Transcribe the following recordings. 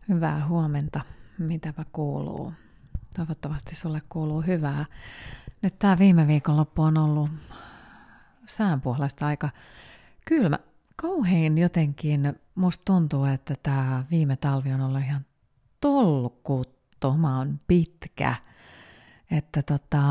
Hyvää huomenta. Mitäpä kuuluu? Toivottavasti sulle kuuluu hyvää. Nyt tää viime viikonloppu on ollut sään puolesta aika kylmä. Kauhean jotenkin musta tuntuu, että tää viime talvi on ollut ihan tolkuttoman pitkä. Että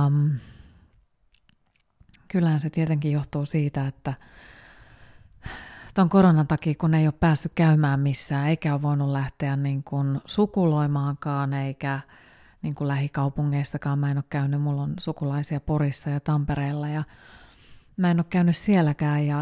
kyllähän se tietenkin johtuu siitä, että ton koronan takia, kun ei ole päässyt käymään missään, eikä ole voinut lähteä niin kuin sukuloimaankaan, eikä niin kuin lähikaupungeistakaan. Mä en ole käynyt, mulla on sukulaisia Porissa ja Tampereella, ja mä en ole käynyt sielläkään, ja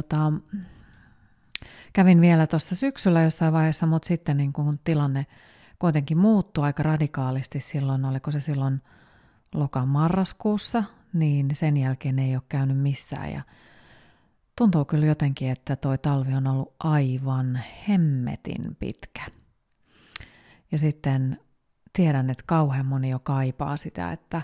kävin vielä tuossa syksyllä jossain vaiheessa, mutta sitten niin kuin tilanne kuitenkin muuttui aika radikaalisti silloin, oliko se silloin loka-marraskuussa, niin sen jälkeen ei ole käynyt missään, ja tuntuu kyllä jotenkin, että toi talvi on ollut aivan hemmetin pitkä. Ja sitten tiedän, että kauhean moni jo kaipaa sitä, että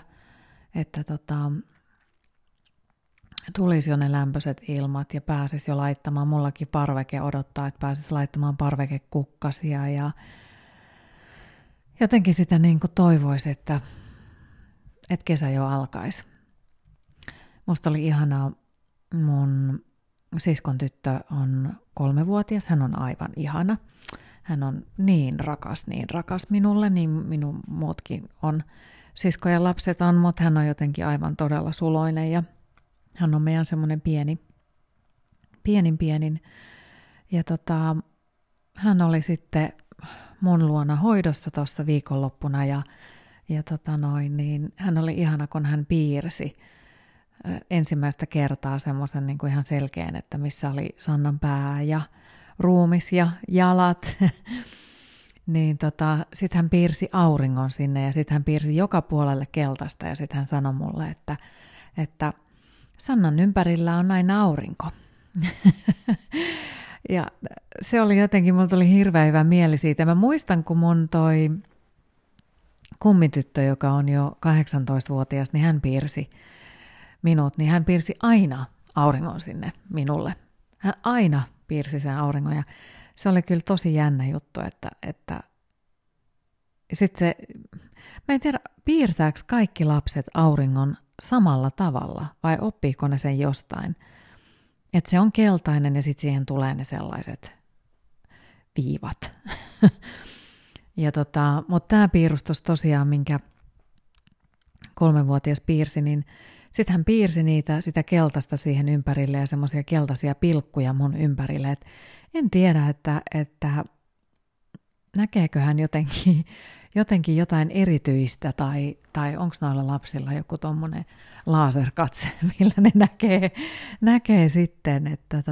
tulisi jo ne lämpöiset ilmat ja pääsisi jo laittamaan, mullakin parveke odottaa, että pääsisi laittamaan parvekekukkasia ja jotenkin sitä niin kuin toivoisi, että kesä jo alkaisi. Musta oli ihanaa, mun siskon tyttö on 3-vuotias, hän on aivan ihana. Hän on niin rakas minulle, niin minun muutkin on siskojen lapset on, mutta hän on jotenkin aivan todella suloinen ja hän on meidän semmoinen pienin. Ja hän oli sitten mun luona hoidossa tuossa viikonloppuna ja niin hän oli ihana, kun hän piirsi ensimmäistä kertaa semmoisen niin kuin ihan selkeän, että missä oli Sannan pää ja ruumis ja jalat. Niin sitten hän piirsi auringon sinne ja sitten hän piirsi joka puolelle keltaista ja sitten hän sanoi mulle, että Sannan ympärillä on aina aurinko. Ja se oli jotenkin, mulla tuli hirveän hyvä mieli siitä. Mä muistan, kun mun toi kummityttö, joka on jo 18-vuotias, niin hän piirsi minut, niin hän piirsi aina auringon sinne minulle. Hän aina piirsi sen auringon ja se oli kyllä tosi jännä juttu, että sitten mä en tiedä, piirtääkö kaikki lapset auringon samalla tavalla vai oppiiko ne sen jostain. Että se on keltainen ja sitten siihen tulee ne sellaiset viivat. Ja mutta tämä piirustus tosiaan, minkä 3-vuotias piirsi, niin sitten hän piirsi sitä keltaista siihen ympärille ja semmoisia keltaisia pilkkuja mun ympärille. Et en tiedä, että näkeekö hän jotenkin jotain erityistä tai onko noilla lapsilla joku tommonen laserkatse, millä ne näkee sitten, että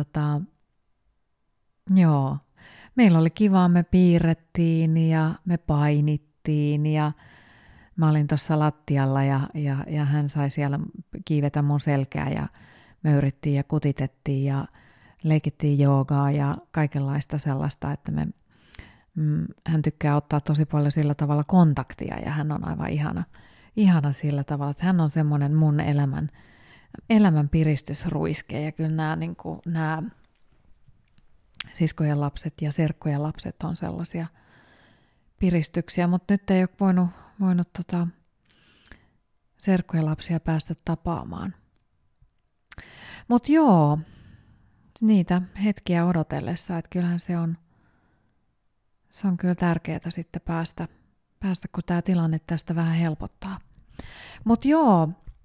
joo. Meillä oli kivaa, me piirrettiin ja me painittiin ja mä olin tuossa lattialla ja hän sai siellä kiivetä mun selkää ja me yrittiin ja kutitettiin ja leikittiin joogaa ja kaikenlaista sellaista, että hän tykkää ottaa tosi paljon sillä tavalla kontaktia ja hän on aivan ihana sillä tavalla, että hän on semmoinen mun elämän piristysruiske ja kyllä nämä siskojen lapset ja serkkujen lapset on sellaisia piristyksiä, mutta nyt ei ole voinut serkkujen lapsia päästä tapaamaan. Mutta joo, niitä hetkiä odotellessa, että kyllähän se on kyllä tärkeää sitten päästä kun tämä tilanne tästä vähän helpottaa. Mutta joo,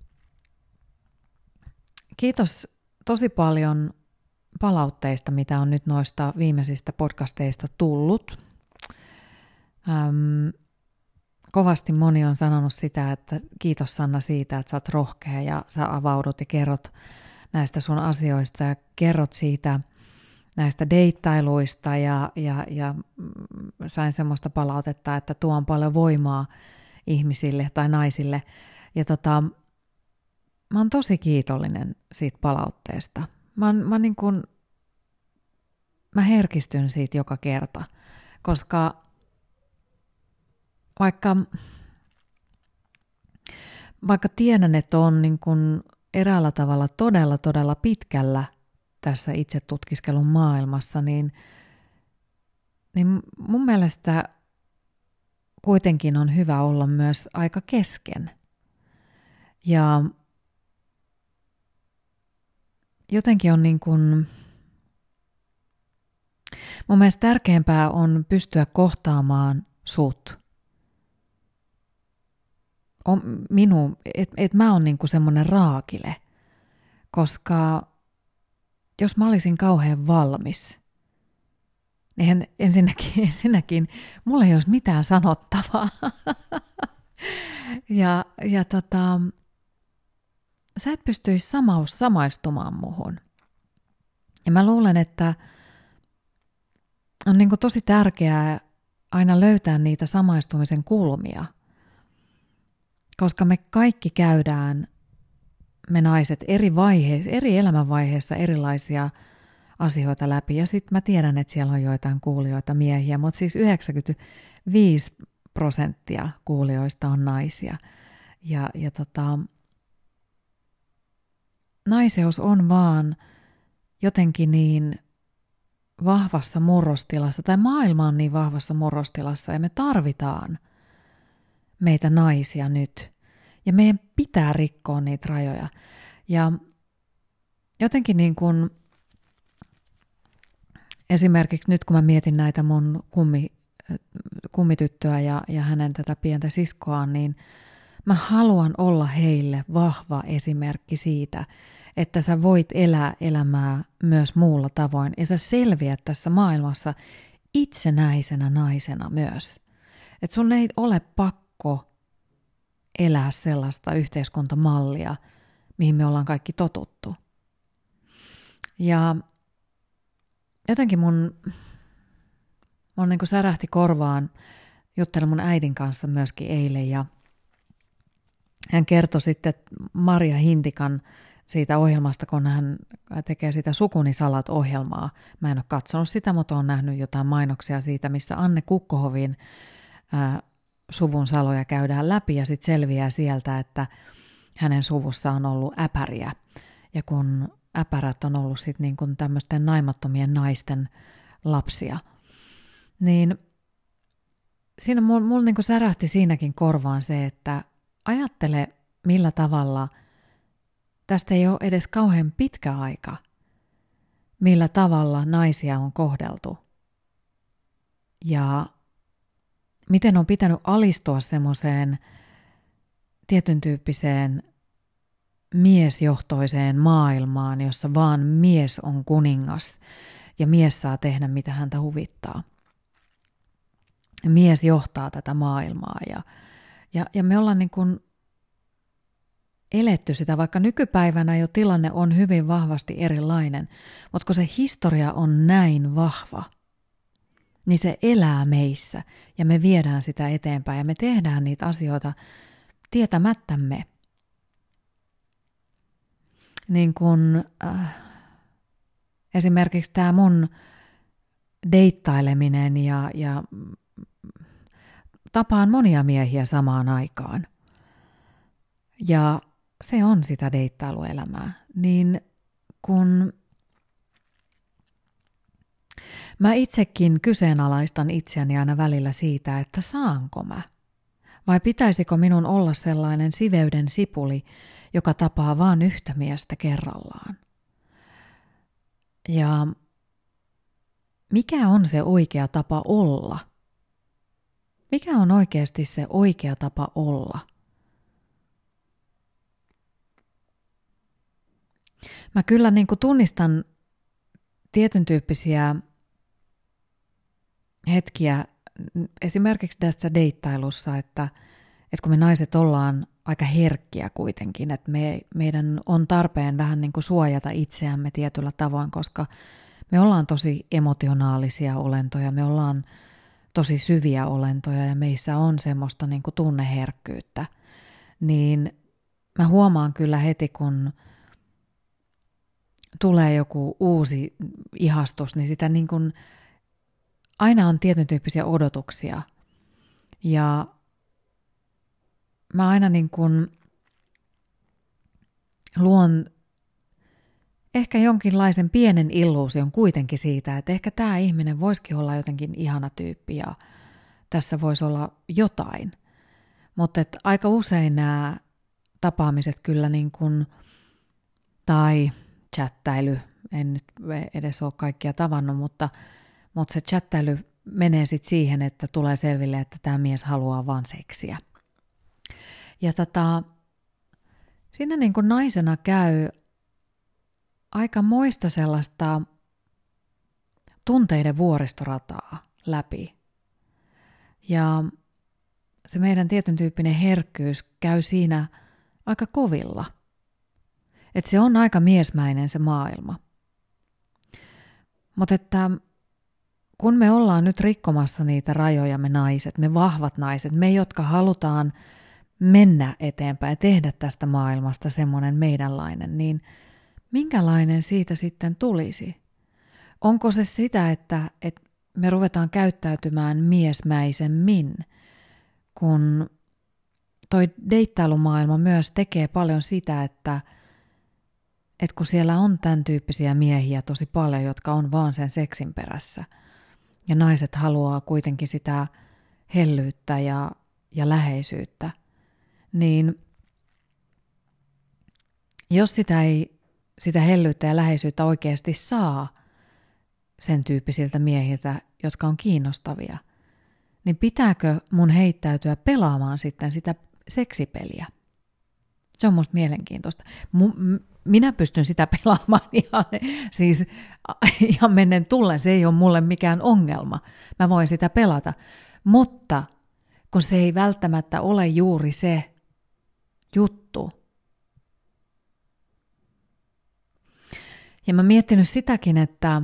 kiitos tosi paljon palautteista, mitä on nyt noista viimeisistä podcasteista tullut. Kovasti moni on sanonut sitä, että kiitos Sanna siitä, että sä oot rohkea ja sä avaudut ja kerrot näistä sun asioista ja kerrot siitä näistä deittailuista ja sain semmoista palautetta, että tuo on paljon voimaa ihmisille tai naisille. Ja mä oon tosi kiitollinen siitä palautteesta. Mä herkistyn siitä joka kerta, koska vaikka tiedän, että on niin kuin eräällä tavalla todella pitkällä tässä itsetutkiskelun maailmassa, niin mun mielestä kuitenkin on hyvä olla myös aika kesken. Ja jotenkin on niin kuin, mun mielestä tärkeämpää on pystyä kohtaamaan sut. Että mä oon niin kuin semmoinen raakile, koska jos mä olisin kauhean valmis, niin ensinnäkin mulla ei olisi mitään sanottavaa. ja sä et pystyisi samaistumaan muhun. Ja mä luulen, että on niin kuin tosi tärkeää aina löytää niitä samaistumisen kulmia, koska me kaikki käydään, me naiset, eri elämänvaiheissa erilaisia asioita läpi. Ja sitten mä tiedän, että siellä on joitain kuulijoita miehiä, mutta siis 95% kuulijoista on naisia. Ja naiseus on vaan jotenkin niin vahvassa murrostilassa, tai maailma on niin vahvassa murrostilassa, ja me tarvitaan meitä naisia nyt. Ja meidän pitää rikkoa niitä rajoja. Ja jotenkin niin kuin esimerkiksi nyt kun mä mietin näitä mun kummityttöä ja hänen tätä pientä siskoaan, niin mä haluan olla heille vahva esimerkki siitä, että sä voit elää elämää myös muulla tavoin ja sä selviät tässä maailmassa itsenäisenä naisena myös. Että sun ei ole pakko elää sellaista yhteiskuntamallia, mihin me ollaan kaikki totuttu. Ja jotenkin mun niin kuin särähti korvaan, juttelin mun äidin kanssa myöskin eilen ja hän kertoi sitten Marja Hintikan siitä ohjelmasta, kun hän tekee sitä Sukuni salat-ohjelmaa. Mä en ole katsonut sitä, mutta olen nähnyt jotain mainoksia siitä, missä Anne Kukkohovin suvun saloja käydään läpi ja sitten selviää sieltä, että hänen suvussa on ollut äpäriä. Ja kun äpärät on ollut sitten niin kuin tämmöisten naimattomien naisten lapsia, niin siinä mulla niin kuin särähti siinäkin korvaan se, että ajattele millä tavalla, tästä ei ole edes kauhean pitkä aika, millä tavalla naisia on kohdeltu. Ja miten on pitänyt alistua semmoiseen tietyn tyyppiseen miesjohtoiseen maailmaan, jossa vaan mies on kuningas ja mies saa tehdä mitä häntä huvittaa. Mies johtaa tätä maailmaa ja me ollaan niin kuin eletty sitä, vaikka nykypäivänä jo tilanne on hyvin vahvasti erilainen, mutta kun se historia on näin vahva, niin se elää meissä ja me viedään sitä eteenpäin ja me tehdään niitä asioita tietämättämme. Niin kun esimerkiksi tämä mun deittaileminen ja tapaan monia miehiä samaan aikaan. Ja se on sitä deittailuelämää. Niin kun mä itsekin kyseenalaistan itseäni aina välillä siitä, että saanko mä? Vai pitäisikö minun olla sellainen siveyden sipuli, joka tapaa vain yhtä miestä kerrallaan? Ja mikä on se oikea tapa olla? Mikä on oikeasti se oikea tapa olla? Mä kyllä niin kuin tunnistan tietyn tyyppisiä hetkiä esimerkiksi tässä deittailussa, että kun me naiset ollaan aika herkkiä kuitenkin, että meidän on tarpeen vähän niin kuin suojata itseämme tietyllä tavoin, koska me ollaan tosi emotionaalisia olentoja, me ollaan tosi syviä olentoja ja meissä on semmoista niin kuin tunneherkkyyttä. Niin mä huomaan kyllä heti, kun tulee joku uusi ihastus, niin sitä niin kuin aina on tietyn tyyppisiä odotuksia. Ja mä aina niin kuin luon ehkä jonkinlaisen pienen illuusion kuitenkin siitä, että ehkä tämä ihminen voisikin olla jotenkin ihana tyyppi ja tässä voisi olla jotain. Mutta aika usein nämä tapaamiset kyllä niin kuin, tai chattäily, en nyt edes ole kaikkia tavannut, mutta se chattäily menee sitten siihen, että tulee selville, että tämä mies haluaa vaan seksiä. Ja siinä niin kuin naisena käy aika moista sellaista tunteiden vuoristorataa läpi. Ja se meidän tietyn tyyppinen herkkyys käy siinä aika kovilla. Että se on aika miesmäinen se maailma. Mutta että kun me ollaan nyt rikkomassa niitä rajoja, me naiset, me vahvat naiset, me jotka halutaan mennä eteenpäin ja tehdä tästä maailmasta semmoinen meidänlainen, niin minkälainen siitä sitten tulisi? Onko se sitä, että me ruvetaan käyttäytymään miesmäisemmin, kun toi deittailumaailma myös tekee paljon sitä, että kun siellä on tämän tyyppisiä miehiä tosi paljon, jotka on vaan sen seksin perässä, ja naiset haluaa kuitenkin sitä hellyyttä ja läheisyyttä, niin jos sitä hellyyttä ja läheisyyttä oikeasti saa sen tyyppisiltä miehiltä, jotka on kiinnostavia, niin pitääkö mun heittäytyä pelaamaan sitten sitä seksipeliä? Se on musta mielenkiintoista. Minä pystyn sitä pelaamaan ihan mennen tullen. Se ei ole mulle mikään ongelma. Mä voin sitä pelata. Mutta kun se ei välttämättä ole juuri se juttu. Ja mä miettinyt sitäkin, että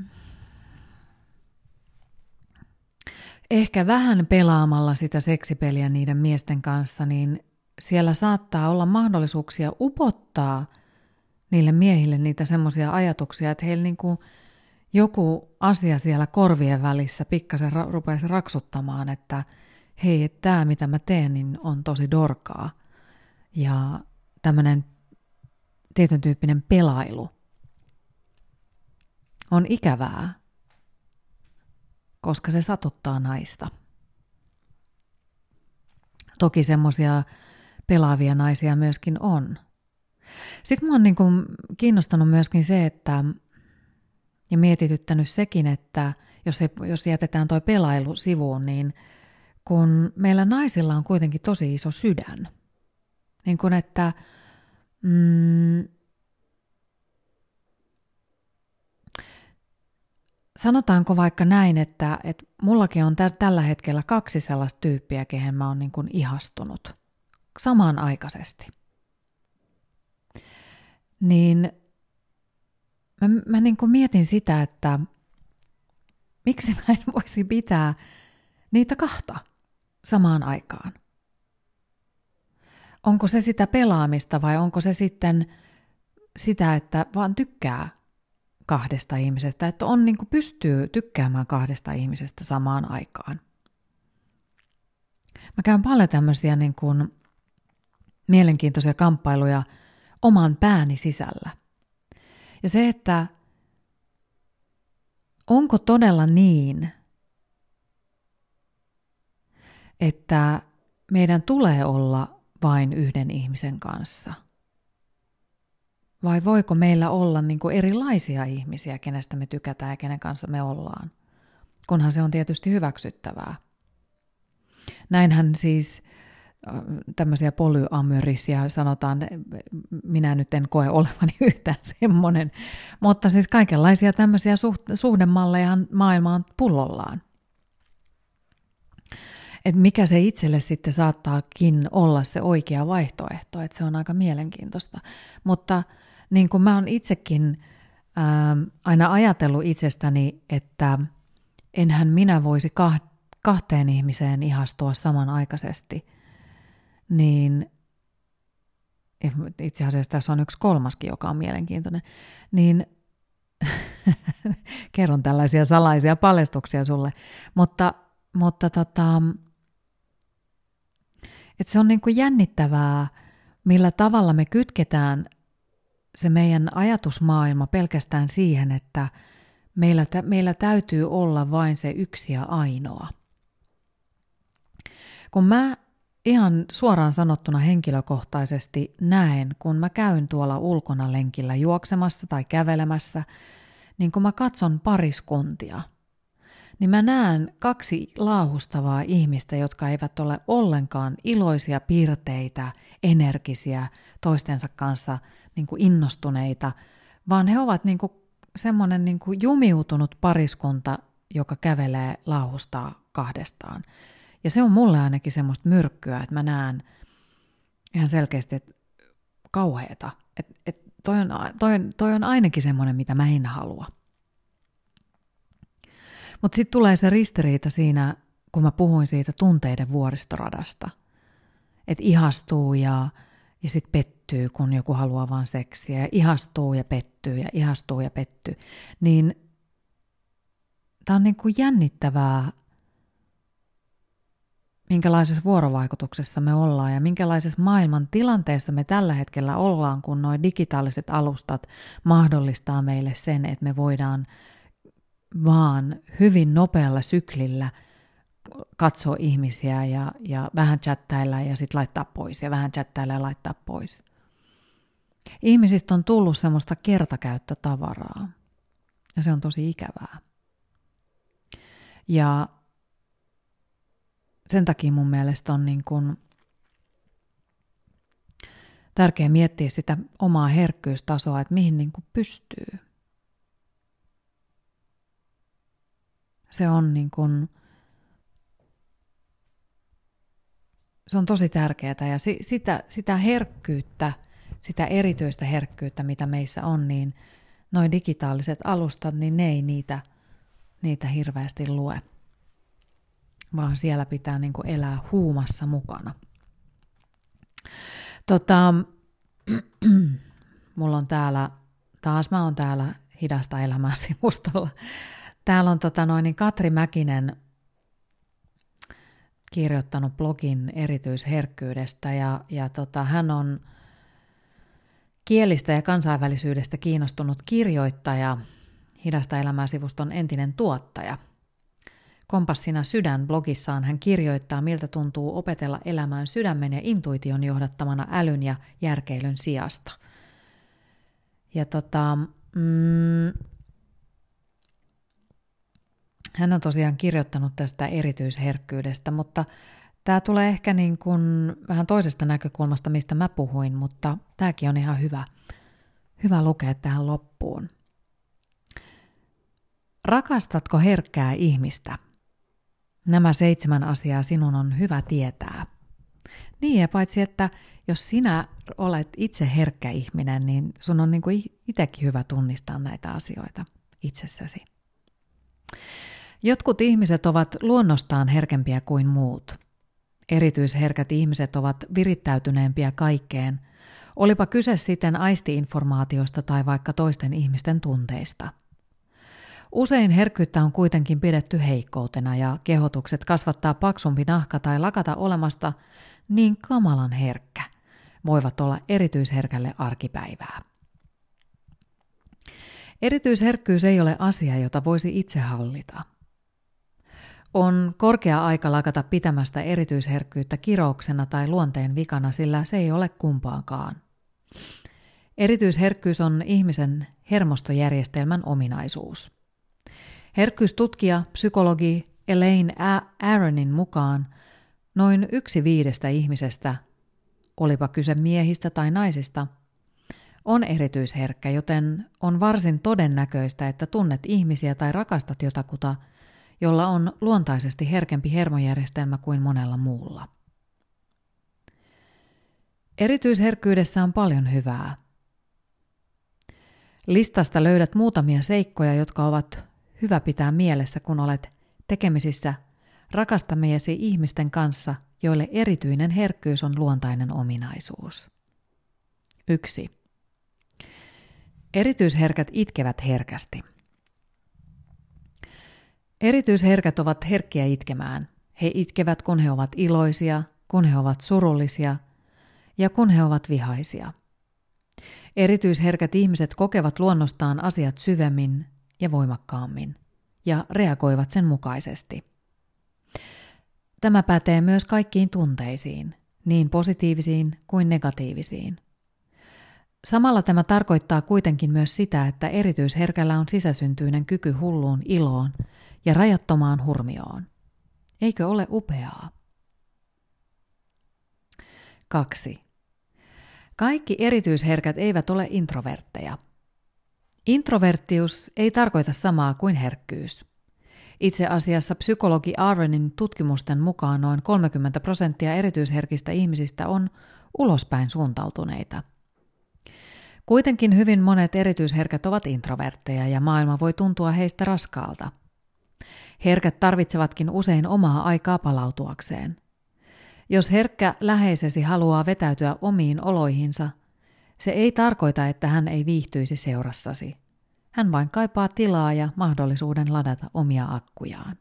ehkä vähän pelaamalla sitä seksipeliä niiden miesten kanssa, niin siellä saattaa olla mahdollisuuksia upottaa niille miehille niitä semmoisia ajatuksia, että heillä niinku joku asia siellä korvien välissä pikkasen rupeaisi raksuttamaan, että hei, että tämä mitä mä teen niin on tosi dorkaa. Ja tämmöinen tietyn tyyppinen pelailu on ikävää, koska se satuttaa naista. Toki semmoisia pelaavia naisia myöskin on. Sitten mua on niin kuin kiinnostanut myöskin se, että, ja mietityttänyt sekin, että jos jätetään toi pelailu sivuun, niin kun meillä naisilla on kuitenkin tosi iso sydän. Niin kuin että sanotaanko vaikka näin, että mullakin on tällä hetkellä 2 sellaista tyyppiä, kehen mä oon niin kuin ihastunut samanaikaisesti. Niin mä niin kuin mietin sitä, että miksi mä en voisi pitää niitä 2 samaan aikaan. Onko se sitä pelaamista vai onko se sitten sitä, että vaan tykkää 2 ihmisestä, että on niin kuin pystyy tykkäämään 2 ihmisestä samaan aikaan. Mä käyn paljon tämmöisiä niin kuin mielenkiintoisia kamppailuja oman pääni sisällä. Ja se, että onko todella niin, että meidän tulee olla vain yhden ihmisen kanssa? Vai voiko meillä olla niin kuin erilaisia ihmisiä, kenestä me tykätään ja kenen kanssa me ollaan? Kunhan se on tietysti hyväksyttävää. Näinhän siis tämmöisiä polyamorisia sanotaan, minä nyt en koe olevani yhtään semmoinen, mutta siis kaikenlaisia tämmöisiä suhdemalleja maailmaan pullollaan. Et mikä se itselle sitten saattaakin olla se oikea vaihtoehto, että se on aika mielenkiintoista. Mutta niin kuin mä oon itsekin aina ajatellut itsestäni, että enhän minä voisi 2 ihmiseen ihastua samanaikaisesti, niin itse asiassa tässä on 1 kolmaskin, joka on mielenkiintoinen, niin kerron tällaisia salaisia paljastuksia sulle, mutta että se on niin kuin jännittävää, millä tavalla me kytketään se meidän ajatusmaailma pelkästään siihen, että meillä täytyy olla vain se yksi ja ainoa. Kun mä ihan suoraan sanottuna henkilökohtaisesti näen, kun mä käyn tuolla ulkona lenkillä juoksemassa tai kävelemässä, niin kun mä katson pariskuntia, niin mä näen kaksi laahustavaa ihmistä, jotka eivät ole ollenkaan iloisia, pirteitä, energisiä, toistensa kanssa niin kuin innostuneita, vaan he ovat niin kuin semmoinen niin kuin jumiutunut pariskunta, joka kävelee laahustaa kahdestaan. Ja se on mulle ainakin semmoista myrkkyä, että mä näen ihan selkeästi, että kauheeta. Toi on ainakin semmoinen, mitä mä en halua. Mutta sitten tulee se ristiriita siinä, kun mä puhuin siitä tunteiden vuoristoradasta. Että ihastuu ja sitten pettyy, kun joku haluaa vaan seksiä. Ja ihastuu ja pettyy ja ihastuu ja pettyy. Niin tää on niinku jännittävää, minkälaisessa vuorovaikutuksessa me ollaan ja minkälaisessa maailman tilanteessa me tällä hetkellä ollaan, kun nuo digitaaliset alustat mahdollistaa meille sen, että me voidaan vaan hyvin nopealla syklillä katsoa ihmisiä ja vähän chattailla ja sitten laittaa pois ja vähän chattailla ja laittaa pois. Ihmisistä on tullut semmoista kertakäyttötavaraa ja se on tosi ikävää. Ja sen takia mun mielestä on niin kuin tärkeää miettiä sitä omaa herkkyystasoa, että mihin niin kuin pystyy. Se on niin kuin, se on tosi tärkeää ja sitä herkkyyttä, sitä erityistä herkkyyttä, mitä meissä on, niin noi digitaaliset alustat, niin ne ei niitä hirveästi lue, vaan siellä pitää niin kuin elää huumassa mukana. Mulla on täällä, mä oon täällä Hidasta elämää -sivustolla. Täällä on Katri Mäkinen kirjoittanut blogin erityisherkkyydestä ja hän on kielistä ja kansainvälisyydestä kiinnostunut kirjoittaja, Hidasta elämää -sivuston entinen tuottaja. Kompassina sydän -blogissaan hän kirjoittaa, miltä tuntuu opetella elämään sydämen ja intuition johdattamana älyn ja järkeilyn sijasta. Ja hän on tosiaan kirjoittanut tästä erityisherkkyydestä, mutta tämä tulee ehkä niin kuin vähän toisesta näkökulmasta, mistä mä puhuin, mutta tämäkin on ihan hyvä lukea tähän loppuun. Rakastatko herkkää ihmistä? Nämä 7 asiaa sinun on hyvä tietää. Niin ja paitsi, että jos sinä olet itse herkkä ihminen, niin sun on niin kuin itsekin hyvä tunnistaa näitä asioita itsessäsi. Jotkut ihmiset ovat luonnostaan herkempiä kuin muut. Erityisherkät ihmiset ovat virittäytyneempiä kaikkeen, olipa kyse sitten aisti-informaatiosta tai vaikka toisten ihmisten tunteista. Usein herkkyyttä on kuitenkin pidetty heikkoutena ja kehotukset kasvattaa paksumpi nahka tai lakata olemasta niin kamalan herkkä voivat olla erityisherkälle arkipäivää. Erityisherkkyys ei ole asia, jota voisi itse hallita. On korkea aika lakata pitämästä erityisherkkyyttä kirouksena tai luonteen vikana, sillä se ei ole kumpaakaan. Erityisherkkyys on ihmisen hermostojärjestelmän ominaisuus. Herkkyystutkija, psykologi Elaine Aronin mukaan noin 1/5 ihmisestä, olipa kyse miehistä tai naisista, on erityisherkkä, joten on varsin todennäköistä, että tunnet ihmisiä tai rakastat jotakuta, jolla on luontaisesti herkempi hermojärjestelmä kuin monella muulla. Erityisherkkyydessä on paljon hyvää. Listasta löydät muutamia seikkoja, jotka ovat hyvä pitää mielessä, kun olet tekemisissä rakastamiesi ihmisten kanssa, joille erityinen herkkyys on luontainen ominaisuus. 1. Erityisherkät itkevät herkästi. Erityisherkät ovat herkkiä itkemään. He itkevät, kun he ovat iloisia, kun he ovat surullisia ja kun he ovat vihaisia. Erityisherkät ihmiset kokevat luonnostaan asiat syvemmin ja voimakkaammin ja reagoivat sen mukaisesti. Tämä pätee myös kaikkiin tunteisiin, niin positiivisiin kuin negatiivisiin. Samalla tämä tarkoittaa kuitenkin myös sitä, että erityisherkällä on sisäsyntyinen kyky hulluun iloon ja rajattomaan hurmioon. Eikö ole upeaa? 2. Kaikki erityisherkät eivät ole introvertteja. Introverttius ei tarkoita samaa kuin herkkyys. Itse asiassa psykologi Aronin tutkimusten mukaan noin 30% erityisherkistä ihmisistä on ulospäin suuntautuneita. Kuitenkin hyvin monet erityisherkät ovat introvertteja ja maailma voi tuntua heistä raskaalta. Herkät tarvitsevatkin usein omaa aikaa palautuakseen. Jos herkkä läheisesi haluaa vetäytyä omiin oloihinsa, se ei tarkoita, että hän ei viihtyisi seurassasi. Hän vain kaipaa tilaa ja mahdollisuuden ladata omia akkujaan.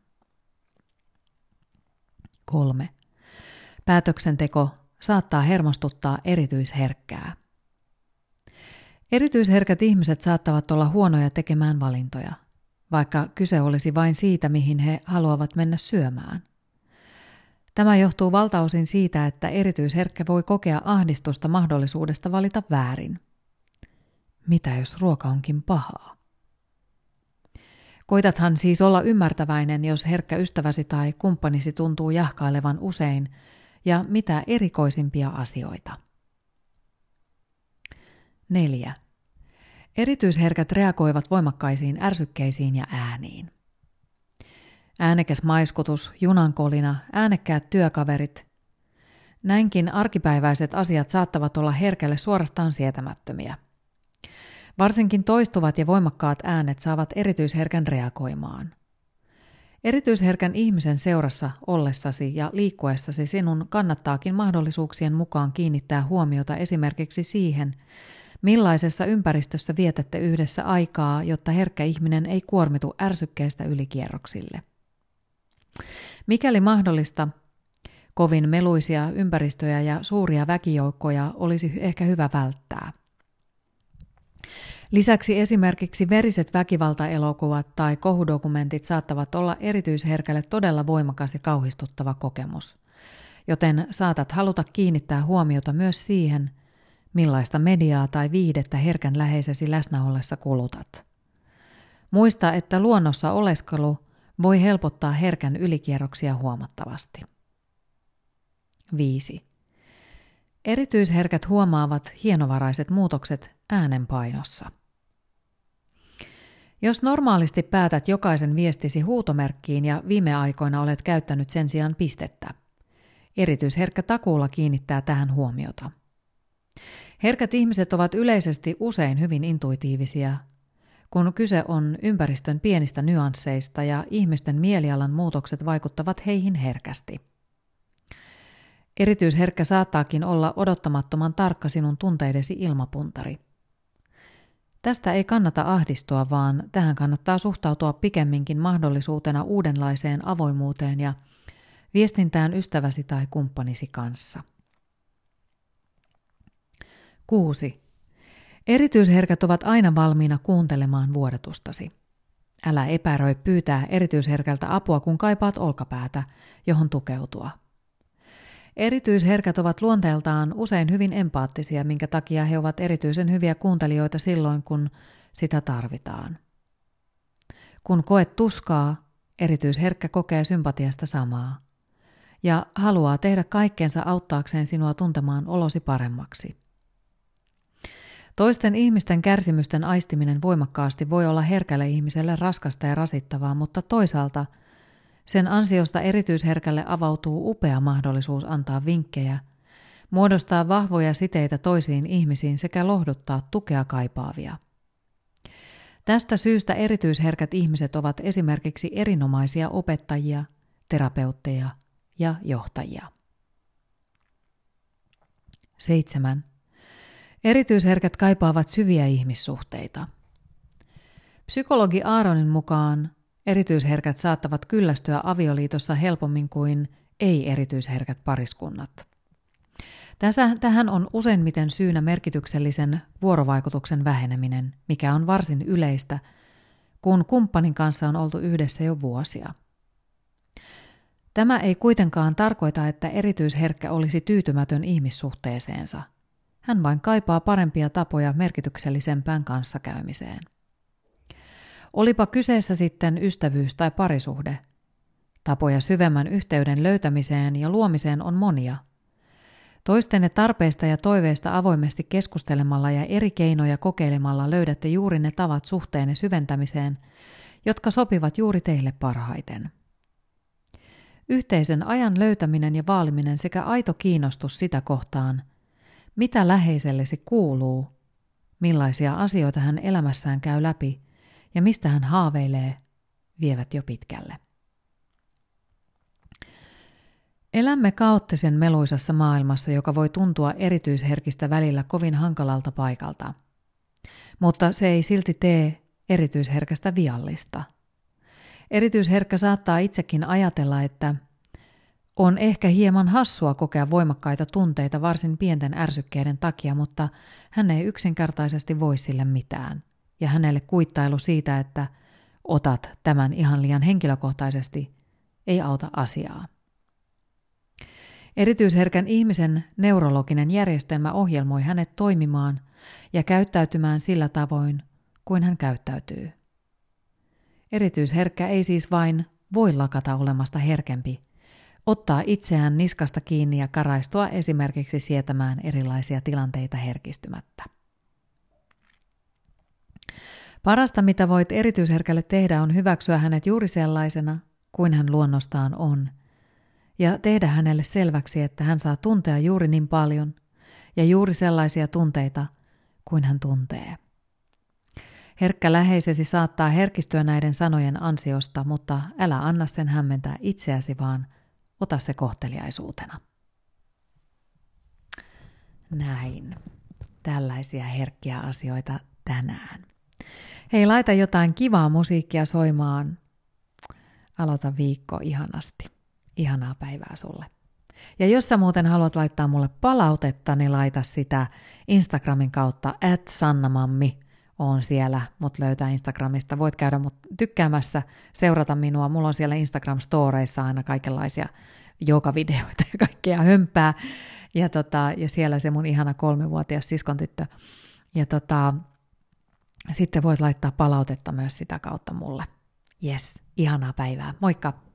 3. Päätöksenteko saattaa hermostuttaa erityisherkkää. Erityisherkät ihmiset saattavat olla huonoja tekemään valintoja, vaikka kyse olisi vain siitä, mihin he haluavat mennä syömään. Tämä johtuu valtaosin siitä, että erityisherkkä voi kokea ahdistusta mahdollisuudesta valita väärin. Mitä jos ruoka onkin pahaa? Koitathan siis olla ymmärtäväinen, jos herkkä ystäväsi tai kumppanisi tuntuu jahkailevan usein ja mitä erikoisimpia asioita. 4. Erityisherkät reagoivat voimakkaisiin ärsykkeisiin ja ääniin. Äänekäs maiskutus, junankolina, äänekkäät työkaverit. Näinkin arkipäiväiset asiat saattavat olla herkälle suorastaan sietämättömiä. Varsinkin toistuvat ja voimakkaat äänet saavat erityisherkän reagoimaan. Erityisherkän ihmisen seurassa ollessasi ja liikkuessasi sinun kannattaakin mahdollisuuksien mukaan kiinnittää huomiota esimerkiksi siihen, millaisessa ympäristössä vietätte yhdessä aikaa, jotta herkkä ihminen ei kuormitu ärsykkeistä ylikierroksille. Mikäli mahdollista, kovin meluisia ympäristöjä ja suuria väkijoukkoja olisi ehkä hyvä välttää. Lisäksi esimerkiksi veriset väkivaltaelokuvat tai kohudokumentit saattavat olla erityisherkälle todella voimakas ja kauhistuttava kokemus, joten saatat haluta kiinnittää huomiota myös siihen, millaista mediaa tai viihdettä herkän läheisesi läsnä ollessa kulutat. Muista, että luonnossa oleskelu voi helpottaa herkän ylikierroksia huomattavasti. 5. Erityisherkät huomaavat hienovaraiset muutokset äänenpainossa. Jos normaalisti päätät jokaisen viestisi huutomerkkiin ja viime aikoina olet käyttänyt sen sijaan pistettä, erityisherkkä takuulla kiinnittää tähän huomiota. Herkät ihmiset ovat yleisesti usein hyvin intuitiivisia, kun kyse on ympäristön pienistä nyansseista ja ihmisten mielialan muutokset vaikuttavat heihin herkästi. Erityisherkkä saattaakin olla odottamattoman tarkka sinun tunteidesi ilmapuntari. Tästä ei kannata ahdistua, vaan tähän kannattaa suhtautua pikemminkin mahdollisuutena uudenlaiseen avoimuuteen ja viestintään ystäväsi tai kumppanisi kanssa. 6. Erityisherkät ovat aina valmiina kuuntelemaan vuodatustasi. Älä epäröi pyytää erityisherkältä apua, kun kaipaat olkapäätä, johon tukeutua. Erityisherkät ovat luonteeltaan usein hyvin empaattisia, minkä takia he ovat erityisen hyviä kuuntelijoita silloin, kun sitä tarvitaan. Kun koet tuskaa, erityisherkkä kokee sympatiasta samaa ja haluaa tehdä kaikkensa auttaakseen sinua tuntemaan olosi paremmaksi. Toisten ihmisten kärsimysten aistiminen voimakkaasti voi olla herkälle ihmiselle raskasta ja rasittavaa, mutta toisaalta sen ansiosta erityisherkälle avautuu upea mahdollisuus antaa vinkkejä, muodostaa vahvoja siteitä toisiin ihmisiin sekä lohduttaa tukea kaipaavia. Tästä syystä erityisherkät ihmiset ovat esimerkiksi erinomaisia opettajia, terapeutteja ja johtajia. 7. Erityisherkät kaipaavat syviä ihmissuhteita. Psykologi Aronin mukaan erityisherkät saattavat kyllästyä avioliitossa helpommin kuin ei-erityisherkät pariskunnat. Tähän on useimmiten syynä merkityksellisen vuorovaikutuksen väheneminen, mikä on varsin yleistä, kun kumppanin kanssa on oltu yhdessä jo vuosia. Tämä ei kuitenkaan tarkoita, että erityisherkkä olisi tyytymätön ihmissuhteeseensa. Hän vain kaipaa parempia tapoja merkityksellisempään kanssakäymiseen. Olipa kyseessä sitten ystävyys tai parisuhde, tapoja syvemmän yhteyden löytämiseen ja luomiseen on monia. Toistenne tarpeista ja toiveista avoimesti keskustelemalla ja eri keinoja kokeilemalla löydätte juuri ne tavat suhteenne syventämiseen, jotka sopivat juuri teille parhaiten. Yhteisen ajan löytäminen ja vaaliminen sekä aito kiinnostus sitä kohtaan, mitä läheisellesi kuuluu, millaisia asioita hän elämässään käy läpi ja mistä hän haaveilee, vievät jo pitkälle. Elämme kaoottisen meluisassa maailmassa, joka voi tuntua erityisherkistä välillä kovin hankalalta paikalta. Mutta se ei silti tee erityisherkästä viallista. Erityisherkkä saattaa itsekin ajatella, että on ehkä hieman hassua kokea voimakkaita tunteita varsin pienten ärsykkeiden takia, mutta hän ei yksinkertaisesti voi sille mitään. Ja hänelle kuittailu siitä, että otat tämän ihan liian henkilökohtaisesti, ei auta asiaa. Erityisherkän ihmisen neurologinen järjestelmä ohjelmoi hänet toimimaan ja käyttäytymään sillä tavoin, kuin hän käyttäytyy. Erityisherkkä ei siis vain voi lakata olemasta herkempi, ottaa itseään niskasta kiinni ja karaistua esimerkiksi sietämään erilaisia tilanteita herkistymättä. Parasta, mitä voit erityisherkälle tehdä, on hyväksyä hänet juuri sellaisena, kuin hän luonnostaan on, ja tehdä hänelle selväksi, että hän saa tuntea juuri niin paljon ja juuri sellaisia tunteita, kuin hän tuntee. Herkkä läheisesi saattaa herkistyä näiden sanojen ansiosta, mutta älä anna sen hämmentää itseäsi, vaan ota se kohteliaisuutena. Näin. Tällaisia herkkiä asioita tänään. Hei, laita jotain kivaa musiikkia soimaan. Aloita viikko ihanasti. Ihanaa päivää sulle. Ja jos sä muuten haluat laittaa mulle palautetta, niin laita sitä Instagramin kautta @sannamammi. Oon siellä, mut löytää Instagramista. Voit käydä mut tykkäämässä, seurata minua. Mulla on siellä Instagram-storeissa aina kaikenlaisia joogavideoita ja kaikkea hömpää. Ja siellä se mun ihana 3-vuotias siskontyttö. Ja sitten voit laittaa palautetta myös sitä kautta mulle. Jes, ihanaa päivää. Moikka!